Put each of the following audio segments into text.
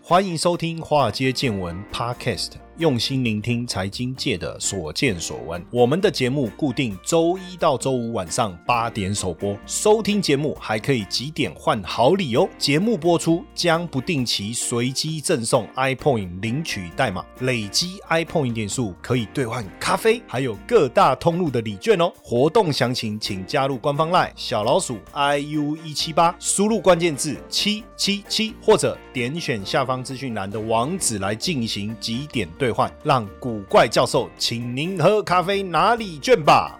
欢迎收听华尔街见闻 Podcast， 用心聆听财经界的所见所闻。我们的节目固定周一到周五晚上8点首播，收听节目还可以集点换好礼哦。节目播出将不定期随机赠送 iPoint 领取代码，累积 iPoint 点数可以兑换咖啡，还有各大通路的礼券哦。活动详情请加入官方 LINE 小老鼠 IU178， 输入关键字777，或者点选下方资讯栏的网址来进行集点兑换，让古怪教授请您喝咖啡拿礼券吧。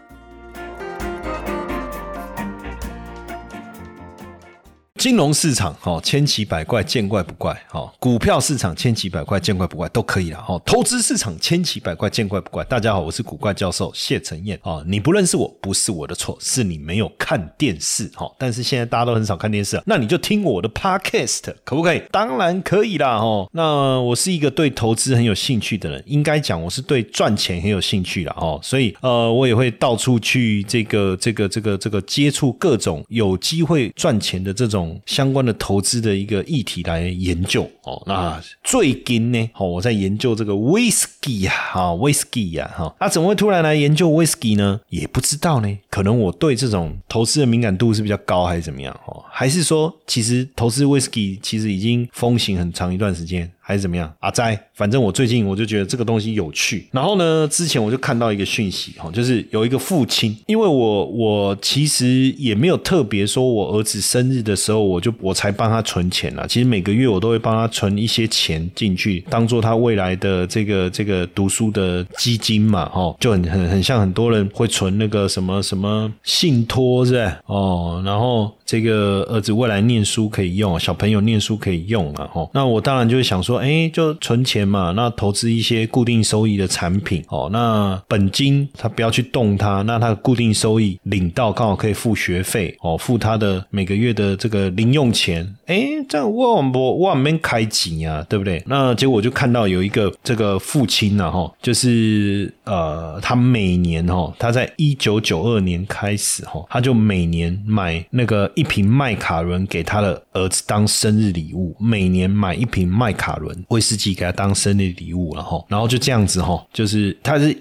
金融市场千奇百怪见怪不怪，股票市场千奇百怪见怪不怪都可以啦，投资市场千奇百怪见怪不怪。大家好，我是古怪教授谢承彦。你不认识我不是我的错，是你没有看电视。但是现在大家都很少看电视，那你就听我的 podcast 可不可以？当然可以啦。那我是一个对投资很有兴趣的人，应该讲我是对赚钱很有兴趣啦。所以我也会到处去这个接触各种有机会赚钱的这种相关的投资的一个议题来研究。那最近呢，我在研究这个 whisky 啊，怎么会突然来研究 whisky 呢？也不知道呢，可能我对这种投资的敏感度是比较高，还是怎么样？还是说其实投资 whisky 其实已经风行很长一段时间，还是怎么样？阿斋，反正我最近我就觉得这个东西有趣。然后呢，之前我就看到一个讯息，就是有一个父亲，因为我其实也没有特别说我儿子生日的时候我才帮他存钱啦。其实每个月我都会帮他存一些钱进去，当做他未来的这个读书的基金嘛，就很像很多人会存那个什么信托是吧？然后这个儿子未来念书可以用，小朋友念书可以用嘛，那我当然就会想说，就存钱嘛，那投资一些固定收益的产品，那本金他不要去动它，那他的固定收益领到刚好可以付学费，付他的每个月的这个零用钱，这样我没开钱啊，对不对？那结果我就看到有一个这个父亲啊，就是他每年他在1992年开始他就每年买那个一瓶麦卡伦给他的儿子当生日礼物，每年买一瓶麦卡伦威士忌给他当生日礼物，然后就这样子就是他是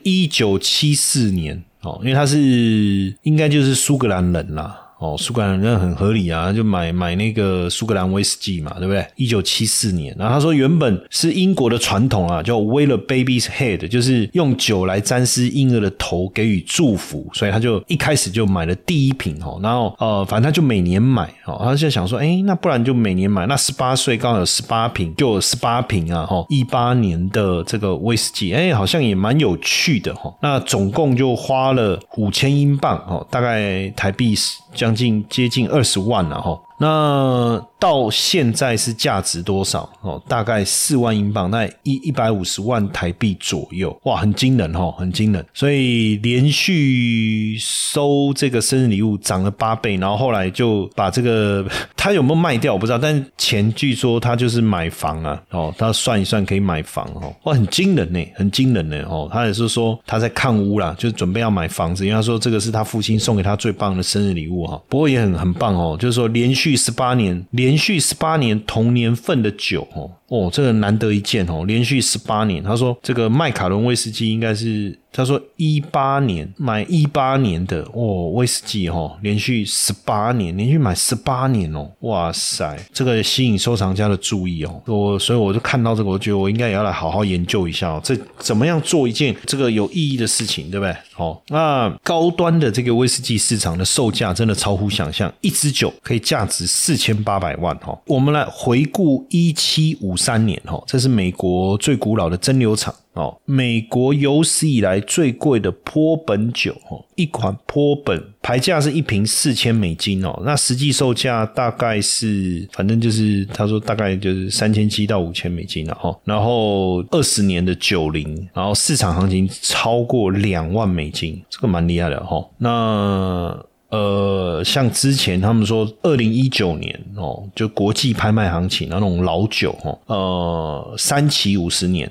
1974年因为他是应该就是苏格兰人啦。苏格兰人很合理啊，就买那个苏格兰威士忌嘛，对不对？1974年，然后他说原本是英国的传统啊，叫 Wear a baby's head， 就是用酒来沾湿婴儿的头给予祝福，所以他就一开始就买了第一瓶然后反正他就每年买他就想说那不然就每年买，那18岁刚好有18瓶，就有18瓶啊18年的这个威士忌，好像也蛮有趣的那总共就花了5000英镑大概台币接近20万了那到现在是价值多少大概4万英镑，那150万台币左右，哇，很惊人很惊人。所以连续收这个生日礼物涨了8倍，然后后来就把这个他有没有卖掉我不知道，但是钱据说他就是买房啊他算一算可以买房哇，很惊人呢，很惊人呢他也是说他在看屋啦，就是准备要买房子，因为他说这个是他父亲送给他最棒的生日礼物不过也很棒就是说连续18年同年份的酒这个难得一见连续18年。他说这个麦卡伦威士忌应该是他说18年买18年的威士忌连续18年，连续买18年哇塞，这个吸引收藏家的注意所以我就看到这个，我觉得我应该也要来好好研究一下这怎么样做一件这个有意义的事情，对不对？那高端的这个威士忌市场的售价真的超乎想象，一支酒可以价值4800万我们来回顾1753年这是美国最古老的蒸馏厂美国有史以来最贵的波本酒一款波本牌价是一瓶$4000那实际售价大概是反正就是他说大概就是$3700到$5000然后20年的酒龄，然后市场行情超过$2万，这个蛮厉害的那像之前他们说2019年就国际拍卖行情那种老酒3期50年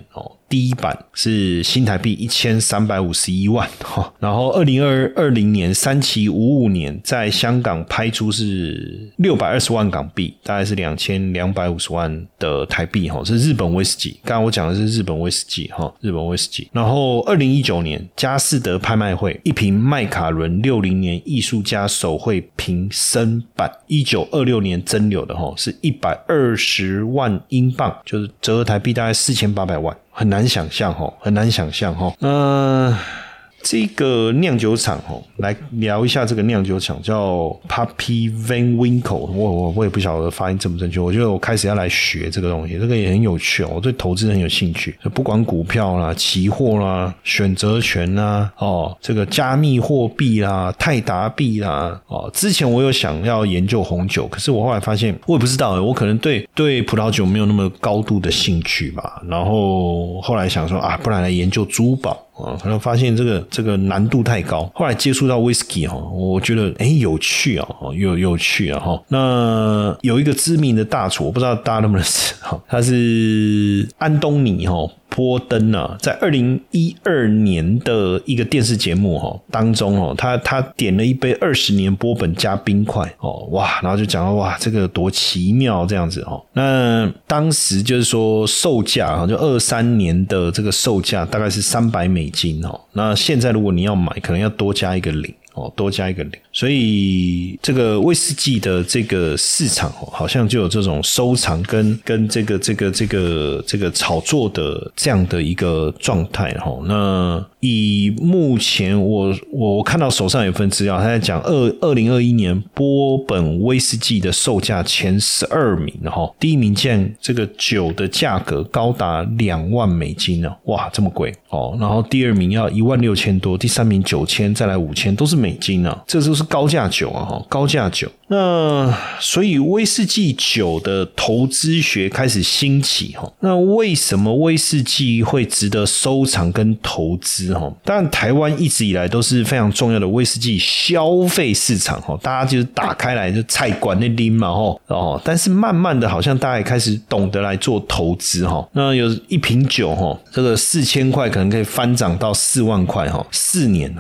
第一版是新台币1351万，然后2020年3期55年在香港拍出是620万港币，大概是2250万的台币，是日本威士忌。刚刚我讲的是日本威士忌，然后2019年佳士得拍卖会一瓶麦卡伦60年艺术家手绘瓶身版1926年蒸馏的是120万英镑，就是折合台币大概4800万，很难想象。这个酿酒厂来聊一下这个酿酒厂叫 Pappy Van Winkle， 我也不晓得发音正不正确，我觉得我开始要来学这个东西，这个也很有趣，我对投资很有兴趣，不管股票啦、期货啦、选择权啦、这个加密货币啦、泰达币啦，之前我有想要研究红酒，可是我后来发现我也不知道，我可能对葡萄酒没有那么高度的兴趣吧，然后后来想说不然来研究珠宝，可能发现这个难度太高，后来接触到 whisky 我觉得有趣有趣那有一个知名的大厨，我不知道大家认不认识，他是安东尼波登在2012年的一个电视节目当中他点了一杯20年波本加冰块哇，然后就讲到哇这个多奇妙这样子那当时就是说售价就23年的这个售价大概是$300，那现在如果你要买可能要多加一个零，所以这个威士忌的这个市场好像就有这种收藏跟这个炒作的这样的一个状态那以目前我看到手上有份资料，他在讲2021年波本威士忌的售价前12名第一名竟然这个酒的价格高达$2万，哇这么贵然后第二名要16000多，第三名9000，再来5000，都是美金这就是高价酒高价酒。那所以威士忌酒的投资学开始兴起那为什么威士忌会值得收藏跟投资当然台湾一直以来都是非常重要的威士忌消费市场大家就是打开来就菜馆那拎嘛但是慢慢的好像大家也开始懂得来做投资那有一瓶酒这个4000块可能可以翻涨到4万块4年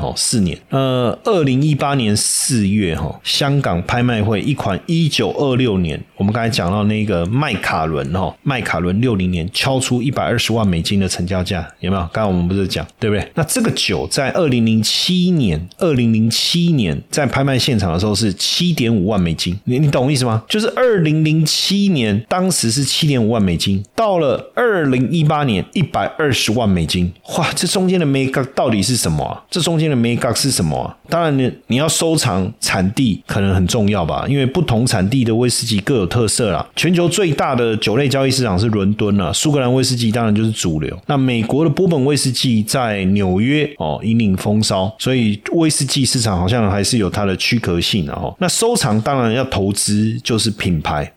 2018年4月香港拍卖会一款1926年我们刚才讲到那个麦卡伦60年敲出$120万的成交价，有没有？刚才我们不是讲对不对？那这个酒在2007年在拍卖现场的时候是$7.5万，你懂我意思吗？就是2007年当时是$7.5万，到了2018年$120万，哇，这中间的 make up 到底是什么这中间的 make up 是什么当然你要收藏产地可能很重要吧，因为不同产地的威士忌各有特色啦。全球最大的酒类交易市场是伦敦啦，苏格兰威士忌当然就是主流。那美国的波本威士忌在纽约引领风骚，所以威士忌市场好像还是有它的区隔性那收藏当然要投资就是品牌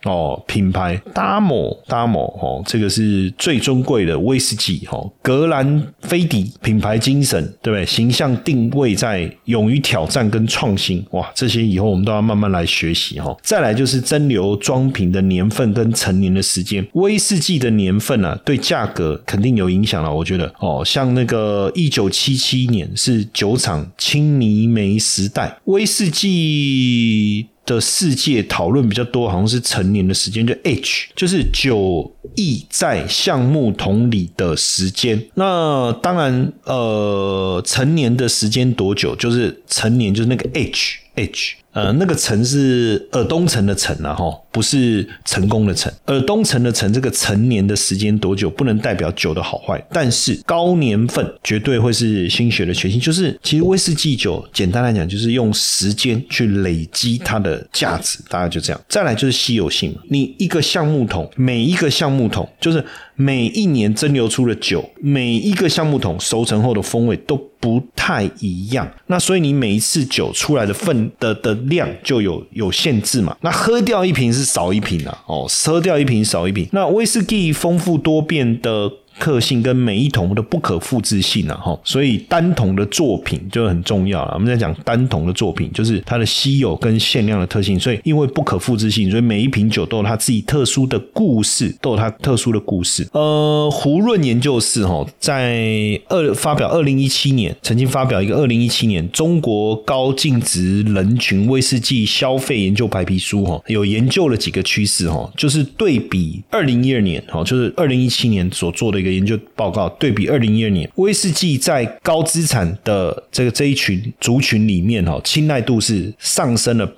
Damo 这个是最尊贵的威士忌格兰菲迪品牌精神对不对？形象定位在勇于挑战跟创新，哇，这些以后我们都要慢慢来学习再来就是蒸馏装瓶的年份跟陈年的时间，威士忌的年份对价格肯定有影响了，我觉得像那个1977年是酒厂青泥梅时代，威士忌的世界讨论比较多，好像是陈年的时间，就 age， 就是酒液在橡木桶里的时间。那当然陈年的时间多久，就是陈年就是那个 age，那个陈是尔东城的城不是成功的成。尔东城的城这个陈年的时间多久不能代表酒的好坏，但是高年份绝对会是心血的决心。就是其实威士忌酒简单来讲就是用时间去累积它的价值，大概就这样。再来就是稀有性，你一个橡木桶，每一个橡木桶就是每一年蒸馏出的酒，每一个橡木桶熟成后的风味都不太一样，那所以你每一次酒出来的份的量就有限制嘛，那喝掉一瓶是少一瓶喝掉一瓶少一瓶。那威士忌丰富多变的克性跟每一桶的不可复制性啊，所以单桶的作品就很重要了。我们在讲单桶的作品，就是它的稀有跟限量的特性，所以因为不可复制性，所以每一瓶酒都有它自己特殊的故事，胡润研究室在发表2017年曾经发表一个2017年中国高净值人群威士忌消费研究白皮书，有研究了几个趋势，就是对比2012年，就是2017年所做的一个研究报告，对比2012年威士忌在高资产的这一群族群里面青睐度是上升了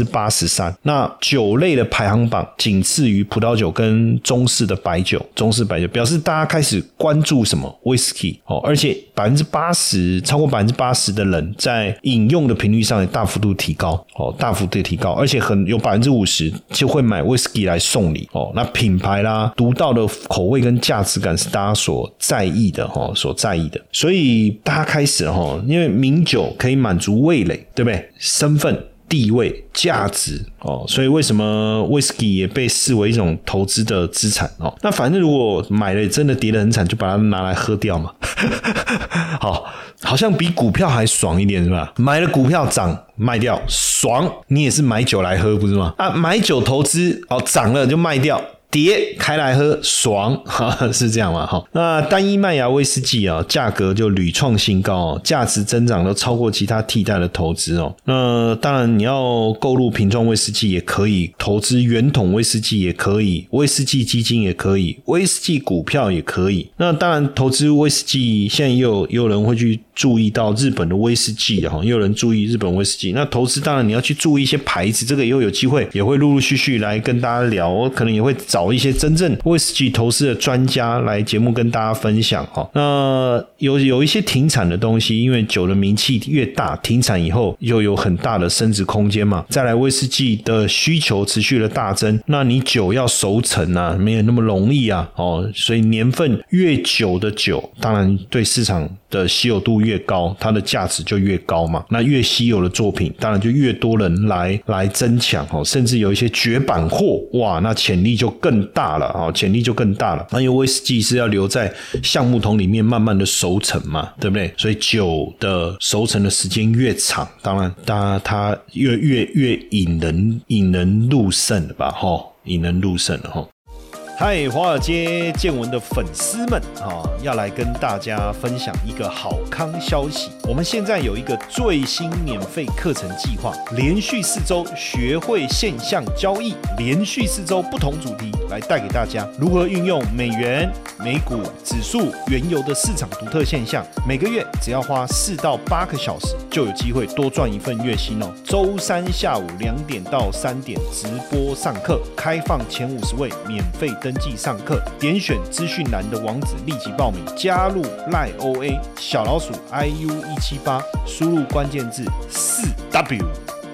83%， 那酒类的排行榜仅次于葡萄酒跟中式白酒，表示大家开始关注什么威士忌，而且超过 80% 的人在饮用的频率上也大幅度提高，而且有 50% 就会买威士忌来送礼，那品牌啦独到的口味跟价值感是大家所在意的，所以大家开始因为名酒可以满足味蕾，对不对？身份地位价值所以为什么威士忌也被视为一种投资的资产那反正如果买了真的跌得很惨，就把它拿来喝掉嘛好像比股票还爽一点是吧？买了股票涨卖掉爽，你也是买酒来喝不是吗？买酒投资涨了就卖掉，跌开来喝爽是这样吗？那单一麦芽威士忌价格就屡创新高价值增长都超过其他替代的投资那当然你要购入瓶装威士忌也可以，投资原桶威士忌也可以，威士忌基金也可以，威士忌股票也可以。那当然投资威士忌现在也有人会去注意到日本的威士忌也有人注意日本威士忌。那投资当然你要去注意一些牌子，这个以后有机会也会陆陆续续来跟大家聊，我可能也会找一些真正威士忌投资的专家来节目跟大家分享那有一些停产的东西，因为酒的名气越大，停产以后又有很大的升值空间嘛。再来威士忌的需求持续的大增，那你酒要熟成没有那么容易所以年份越久的酒当然对市场的稀有度越高，它的价值就越高嘛。那越稀有的作品当然就越多人来争抢甚至有一些绝版货，哇，那潜力就更大了因为威士忌是要留在橡木桶里面慢慢的熟成嘛，对不对？所以酒的熟成的时间越长，当然它越引人入胜了吧引人入胜了嗨，华尔街见闻的粉丝们要来跟大家分享一个好康消息。我们现在有一个最新免费课程计划，连续4周学会现象交易，连续4周不同主题来带给大家如何运用美元、美股、指数、原油的市场独特现象，每个月只要花4到8个小时就有机会多赚一份月薪周3下午2点到3点直播上课，开放前50位免费登记上课，点选资讯栏的网址立即报名，加入 LINE OA 小老鼠 IU178， 输入关键字 4W。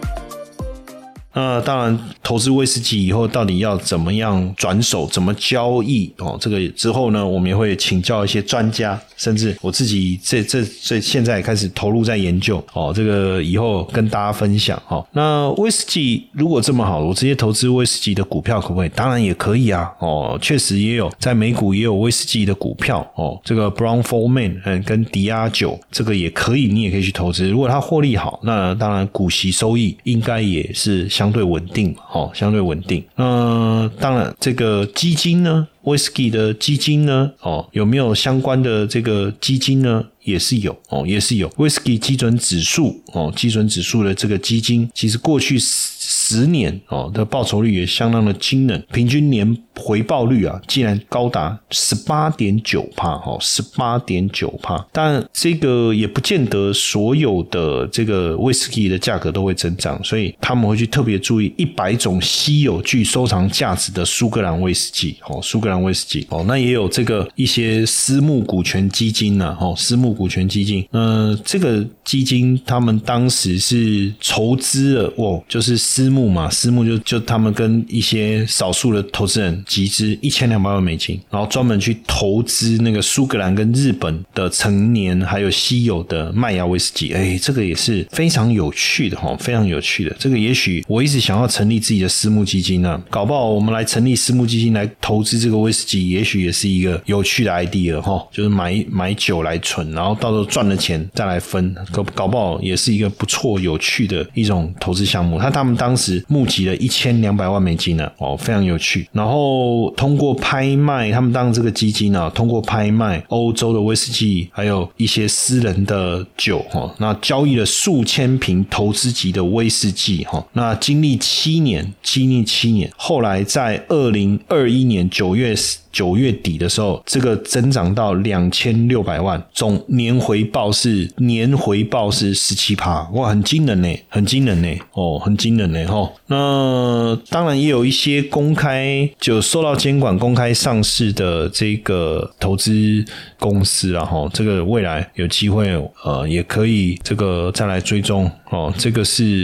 当然投资威士忌以后到底要怎么样转手，怎么交易这个之后呢，我们也会请教一些专家，甚至我自己现在也开始投入在研究这个以后跟大家分享那威士忌如果这么好，我直接投资威士忌的股票可不可以？当然也可以确实也有在美股也有威士忌的股票这个 Brown-Forman 跟迪亚酒这个也可以，你也可以去投资。如果它获利好，那当然股息收益应该也是相对稳定相对稳定。当然这个基金呢，威士忌的基金呢有没有相关的这个基金呢？也是有威士忌基准指数的这个基金，其实过去10年的报酬率也相当的惊人，平均年回报率竟然高达 18.9%18.9%。当然这个也不见得所有的这个威士忌的价格都会增长，所以他们会去特别注意100种稀有具收藏价值的苏格兰威士忌那也有这个一些私募股权基金这个基金他们当时是筹资了就是私募嘛，私募就他们跟一些少数的投资人集资$1200万，然后专门去投资那个苏格兰跟日本的成年还有稀有的麦芽威士忌。这个也是非常有趣的非常有趣的。这个也许我一直想要成立自己的私募基金搞不好我们来成立私募基金来投资这个威士忌也许也是一个有趣的 idea 就是买酒来存，然后到时候赚了钱再来分，搞不好也是一个不错有趣的一种投资项目。他们当时募集了1200万美金呢，非常有趣。然后通过拍卖，他们当这个基金啊，通过拍卖欧洲的威士忌，还有一些私人的酒，那交易了数千瓶投资级的威士忌，那经历7年，后来在2021年9月底的时候，这个增长到2600万，总年回报是 17%， 哇，很惊人呢，很惊人呢。那当然也有一些公开就受到监管公开上市的这个投资公司啦，这个未来有机会也可以这个再来追踪这个是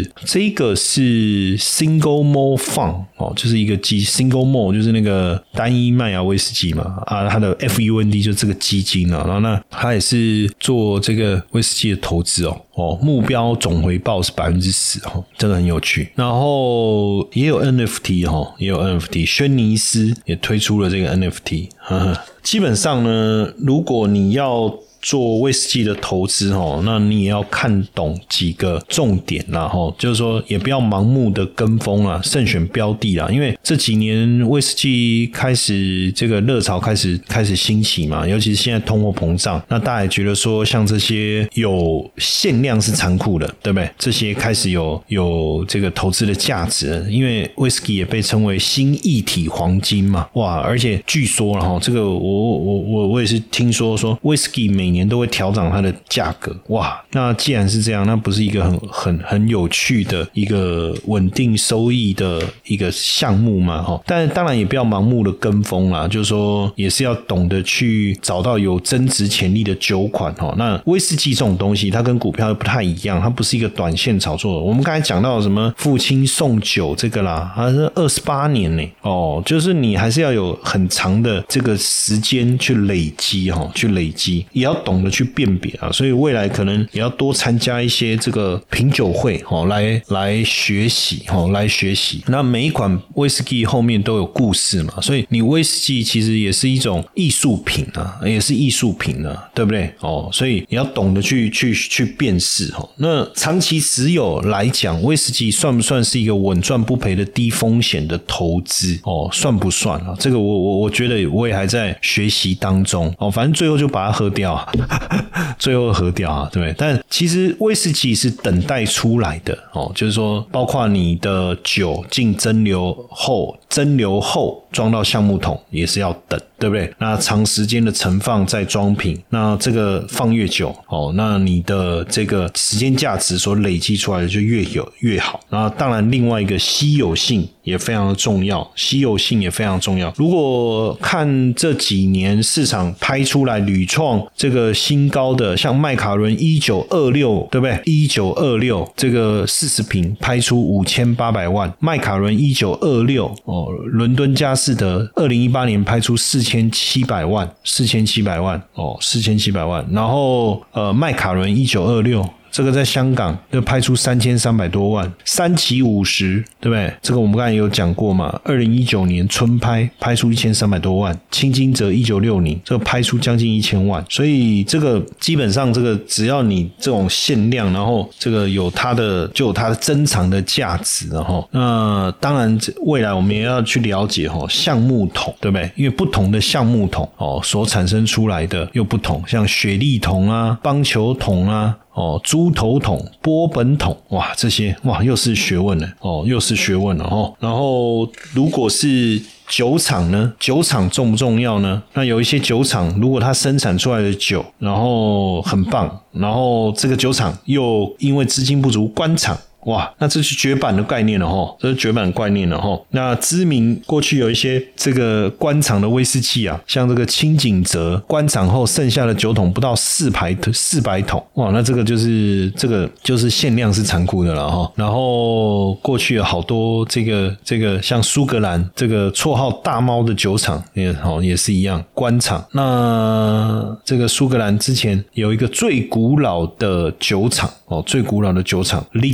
Single Malt Fund 就是一个Single Malt 就是那个单一麦芽威士忌嘛它的 FUND 就是这个基金然后那它也是做这个威士忌的投资目标总回报是 10% 这个很有趣。然后也有 NFT 轩尼诗也推出了这个 NFT 基本上呢，如果你要做威士忌的投资那你也要看懂几个重点啦就是说也不要盲目的跟风啦，慎选标的啦，因为这几年威士忌开始这个热潮开始兴起嘛，尤其是现在通货膨胀，那大家也觉得说像这些有限量是残酷的，对不对？这些开始有这个投资的价值，因为威士忌也被称为新一体黄金嘛，哇！而且据说啦这个我也是听说威士忌每年都会调涨它的价格，哇！那既然是这样，那不是一个很有趣的一个稳定收益的一个项目嘛但当然也不要盲目的跟风啦，就是说也是要懂得去找到有增值潜力的酒款那威士忌这种东西它跟股票不太一样，它不是一个短线炒作的。我们刚才讲到什么父亲送酒这个啦，它是28年呢就是你还是要有很长的这个时间去累积也要懂得去辨别所以未来可能也要多参加一些这个品酒会来学习那每一款威士忌后面都有故事嘛，所以你威士忌其实也是一种艺术品对不对所以你要懂得去辨识那长期持有来讲，威士忌算不算是一个稳赚不赔的低风险的投资算不算这个我觉得我也还在学习当中反正最后就把它喝掉对不对？但其实威士忌是等待出来的就是说包括你的酒进蒸馏后装到橡木桶也是要等，对不对？那长时间的存放再装瓶，那这个放越久那你的这个时间价值所累积出来的就越好。那当然另外一个稀有性也非常的重要，如果看这几年市场拍出来屡创这个新高的，像麦卡伦1926，对不对？1926这个40瓶拍出5800万，麦卡伦1926伦敦佳士得2018年拍出4700万，4700万，然后麦卡伦1926这个在香港就拍出3300多万，三旗50，对不对？这个我们刚才有讲过嘛，2019年春拍出1300多万，清金泽1960这个拍出将近1000万，所以这个基本上这个只要你这种限量，然后这个就有它的珍藏的价值，然后那当然未来我们也要去了解橡木桶，对不对？因为不同的橡木桶所产生出来的又不同，像雪莉桶啊、棒球桶啊。猪头桶、波本桶，哇，这些哇又是学问了然后如果是酒厂呢？酒厂重不重要呢？那有一些酒厂，如果它生产出来的酒，然后很棒，然后这个酒厂又因为资金不足关厂。哇，那这是绝版的概念了那知名过去有一些这个关厂的威士忌啊，像这个清景泽关厂后剩下的酒桶不到400桶，哇，那这个就是限量是残酷的了然后过去有好多这个像苏格兰这个绰号大猫的酒厂也是一样关厂。那这个苏格兰之前有一个最古老的酒厂Little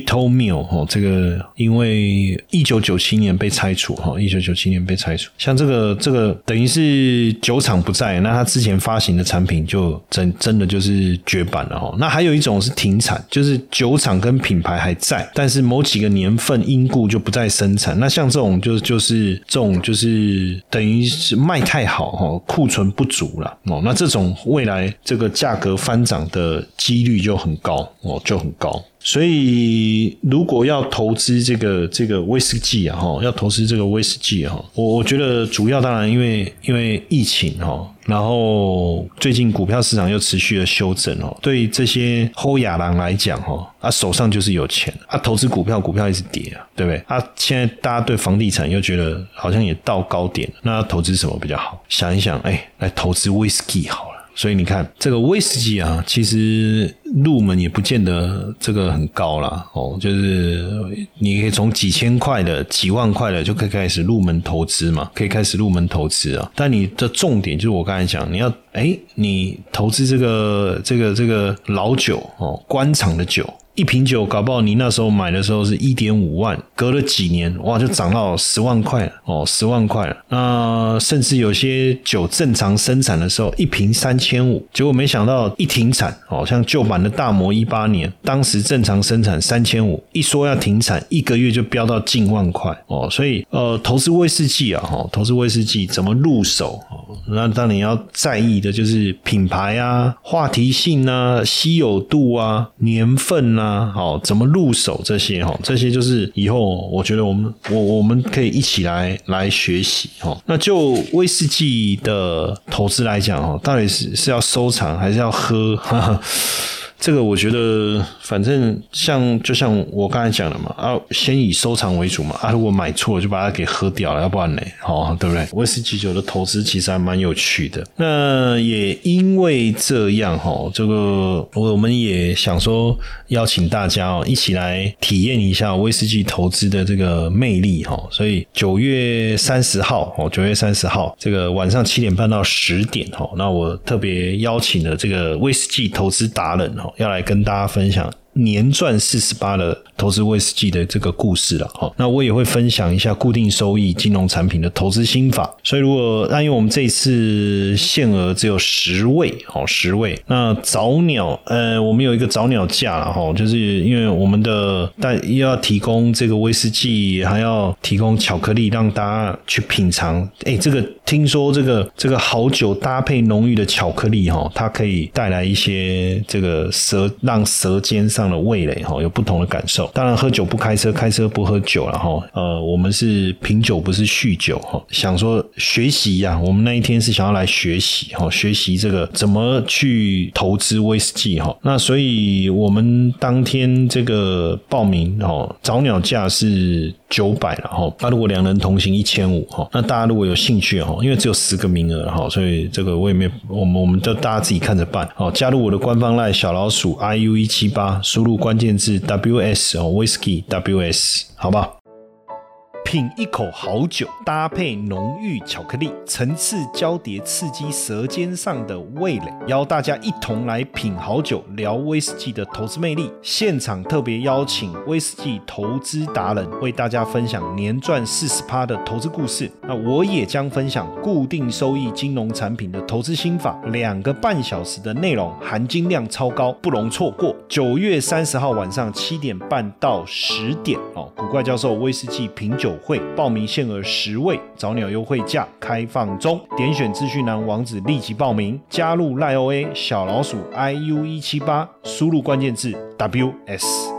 Cameo 这个因为1997年被拆除1997年被拆除，像这个等于是酒厂不在，那他之前发行的产品就真的就是绝版了那还有一种是停产，就是酒厂跟品牌还在，但是某几个年份因故就不再生产。那像这种就是等于是卖太好库存不足了那这种未来这个价格翻涨的几率就很高就很高。所以如果要投资这个威士忌要投资这个威士忌我觉得主要当然因为疫情然后最近股票市场又持续的修正对这些后亚郎来讲手上就是有钱投资股票一直跌对不对现在大家对房地产又觉得好像也到高点，那要投资什么比较好？想一想来投资威士忌好了。所以你看这个威士忌其实入门也不见得这个很高啦就是你可以从几千块的几万块的就可以开始入门投资嘛，可以开始入门投资但你的重点就是我刚才讲，你要你投资这个老酒官场的酒，一瓶酒搞不好你那时候买的时候是 1.5 万，隔了几年哇就涨到10万块了10万块了。那甚至有些酒正常生产的时候一瓶3500，结果没想到一停产像旧版的大摩18年当时正常生产3500，一说要停产1个月就飙到近万块所以投资威士忌投资威士忌怎么入手那当然要在意的就是品牌话题性稀有度年份怎么入手这些就是以后我觉得我们可以一起来学习那就威士忌的投资来讲到底是要收藏还是要喝这个我觉得反正就像我刚才讲的嘛先以收藏为主嘛如果买错了就把它给喝掉了，要不然呢对不对？威士忌酒的投资其实还蛮有趣的。那也因为这样这个我们也想说邀请大家一起来体验一下威士忌投资的这个魅力所以9月30号这个晚上7点半到10点那我特别邀请了这个威士忌投资达人要来跟大家分享年赚48%的投资威士忌的这个故事了那我也会分享一下固定收益金融产品的投资心法。所以因为我们这一次限额只有10位那早鸟我们有一个早鸟价啦就是因为我们的又要提供这个威士忌，还要提供巧克力让大家去品尝这个听说这个好酒搭配浓郁的巧克力它可以带来一些这个让舌尖上的味蕾有不同的感受。当然喝酒不开车，开车不喝酒了我们是品酒不是酗酒想说学习我们那一天是想要来学习这个怎么去投资威士忌那所以我们当天这个报名早鸟价是900了那如果2人同行1500那大家如果有兴趣因为只有10个名额所以这个我也没我们就大家自己看着办加入我的官方 LINE 小老鼠 IU178，输入关键字 WS Whisky WS 好吧。品一口好酒，搭配浓郁巧克力，层次交叠，刺激舌尖上的味蕾。邀大家一同来品好酒，聊威士忌的投资魅力。现场特别邀请威士忌投资达人，为大家分享年赚40%的投资故事。那我也将分享固定收益金融产品的投资心法，2个半小时的内容，含金量超高，不容错过。9月30号晚上7点半到10点古怪教授威士忌品酒会报名限额10位，早鸟优惠价开放中，点选资讯栏网址立即报名，加入 LINE OA 小老鼠 IU178，输入关键字 WS。